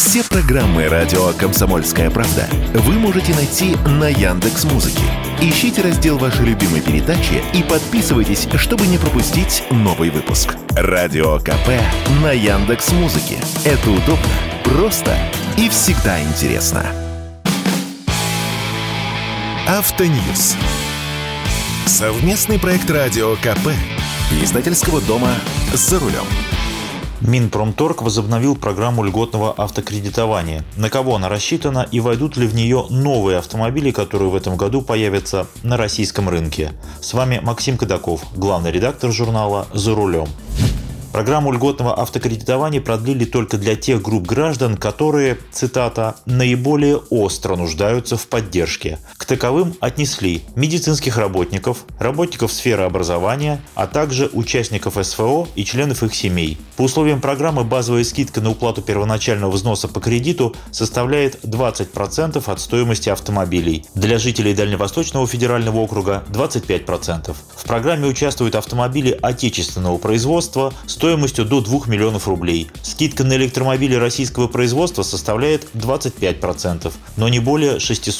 Все программы радио «Комсомольская правда» вы можете найти на Яндекс.Музыке. Ищите раздел вашей любимой передачи и подписывайтесь, чтобы не пропустить новый выпуск. Радио КП на Яндекс.Музыке. Это удобно, просто и всегда интересно. Автоньюз. Совместный проект радио КП и издательского дома «За рулем». Минпромторг возобновил программу льготного автокредитования. На кого она рассчитана и войдут ли в нее новые автомобили, которые в этом году появятся на российском рынке? С вами Максим Кадаков, главный редактор журнала «За рулем». Программу льготного автокредитования продлили только для тех групп граждан, которые, цитата, «наиболее остро нуждаются в поддержке». К таковым отнесли медицинских работников, работников сферы образования, а также участников СФО и членов их семей. По условиям программы базовая скидка на уплату первоначального взноса по кредиту составляет 20% от стоимости автомобилей. Для жителей Дальневосточного федерального округа – 25%. В программе участвуют автомобили отечественного производства стоимостью до 2 миллионов рублей. Скидка на электромобили российского производства составляет 25%, но не более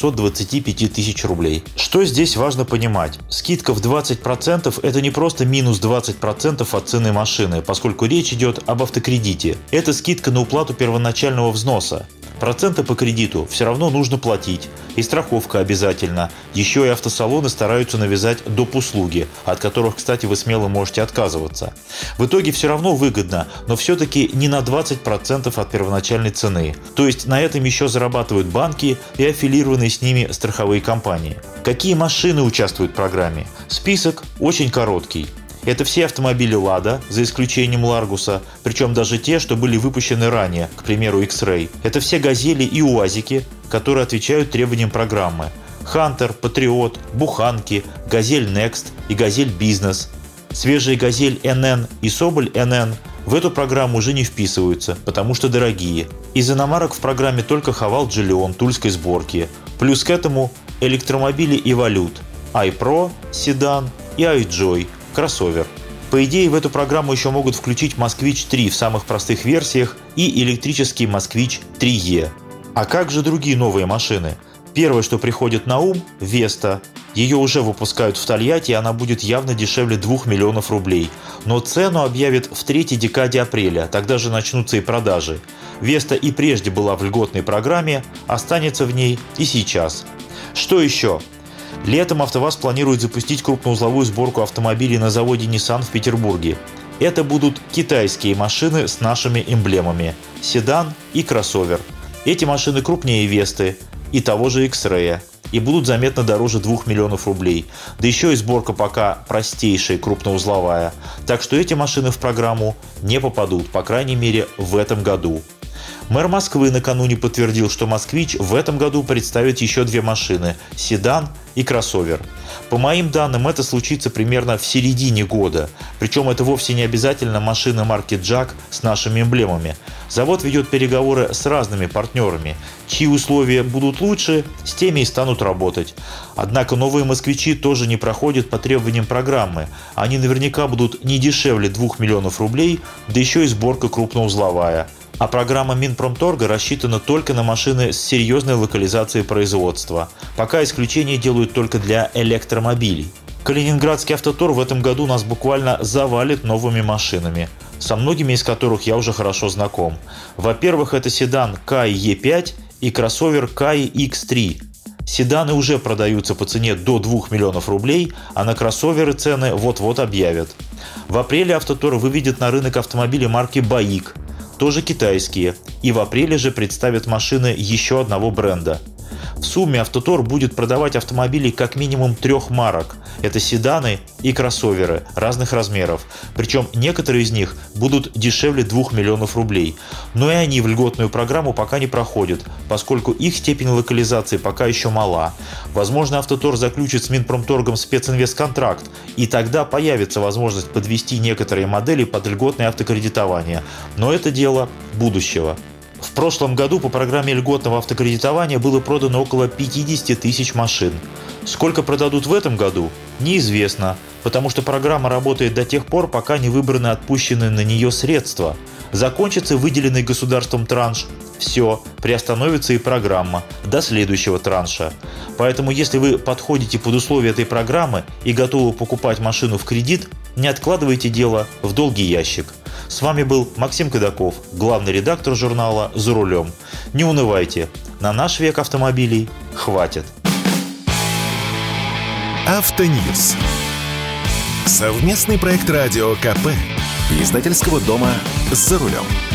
625 тысяч рублей. Что здесь важно понимать? Скидка в 20% – это не просто минус 20% от цены машины, поскольку речь идет об автокредите. Это скидка на уплату первоначального взноса. Проценты по кредиту все равно нужно платить. И страховка обязательно. Еще и автосалоны стараются навязать доп. Услуги, от которых, кстати, вы смело можете отказываться. В итоге все равно выгодно, но все-таки не на 20% от первоначальной цены. То есть на этом еще зарабатывают банки и аффилированные с ними страховые компании. Какие машины участвуют в программе? Список очень короткий. Это все автомобили «Лада», за исключением «Ларгуса», причем даже те, что были выпущены ранее, к примеру, X-Ray. Это все «Газели» и «УАЗики», которые отвечают требованиям программы. «Хантер», «Патриот», «Буханки», «Газель Next» и «Газель Бизнес». Свежие «Газель НН» и «Соболь НН» в эту программу уже не вписываются, потому что дорогие. Из иномарок в программе только «Хавал Джиллион» тульской сборки. Плюс к этому электромобили «Эволют», iPro, седан и iJoy, кроссовер. По идее, в эту программу еще могут включить «Москвич-3» в самых простых версиях и электрический «Москвич-3Е». А как же другие новые машины? Первое, что приходит на ум – «Веста». Ее уже выпускают в Тольятти, и она будет явно дешевле 2 миллионов рублей. Но цену объявят в третьей декаде апреля, тогда же начнутся и продажи. «Веста» и прежде была в льготной программе, останется в ней и сейчас. Что еще? Летом АвтоВАЗ планирует запустить крупноузловую сборку автомобилей на заводе Nissan в Петербурге. Это будут китайские машины с нашими эмблемами – седан и кроссовер. Эти машины крупнее «Весты» и того же X-Ray и будут заметно дороже 2 миллионов рублей. Да еще и сборка пока простейшая крупноузловая. Так что эти машины в программу не попадут, по крайней мере, в этом году. Мэр Москвы накануне подтвердил, что «Москвич» в этом году представит еще 2 машины – седан и кроссовер. По моим данным, это случится примерно в середине года. Причем это вовсе не обязательно машины марки «Джак» с нашими эмблемами. Завод ведет переговоры с разными партнерами. Чьи условия будут лучше, с теми и станут работать. Однако новые «Москвичи» тоже не проходят по требованиям программы. Они наверняка будут не дешевле 2 миллионов рублей, да еще и сборка крупноузловая. А программа Минпромторга рассчитана только на машины с серьезной локализацией производства. Пока исключения делают только для электромобилей. Калининградский автотор в этом году нас буквально завалит новыми машинами, со многими из которых я уже хорошо знаком. Во-первых, это седан Кай Е5 и кроссовер Кай X3. Седаны уже продаются по цене до 2 миллионов рублей, а на кроссоверы цены вот-вот объявят. В апреле автотор выведет на рынок автомобили марки «Баик», тоже китайские, и в апреле же представят машины еще одного бренда. В сумме «Автотор» будет продавать автомобили как минимум 3 марок. Это седаны и кроссоверы разных размеров. Причем некоторые из них будут дешевле 2 миллионов рублей. Но и они в льготную программу пока не проходят, поскольку их степень локализации пока еще мала. Возможно, «Автотор» заключит с Минпромторгом специнвестконтракт, и тогда появится возможность подвести некоторые модели под льготное автокредитование. Но это дело будущего. В прошлом году по программе льготного автокредитования было продано около 50 тысяч машин. Сколько продадут в этом году, неизвестно, потому что программа работает до тех пор, пока не выбраны отпущенные на нее средства. Закончится выделенный государством транш, все, приостановится и программа до следующего транша. Поэтому, если вы подходите под условия этой программы и готовы покупать машину в кредит, не откладывайте дело в долгий ящик. С вами был Максим Кадаков, главный редактор журнала «За рулем». Не унывайте, на наш век автомобилей хватит. Автоньюз. Совместный проект радио КП. Издательского дома «За рулем».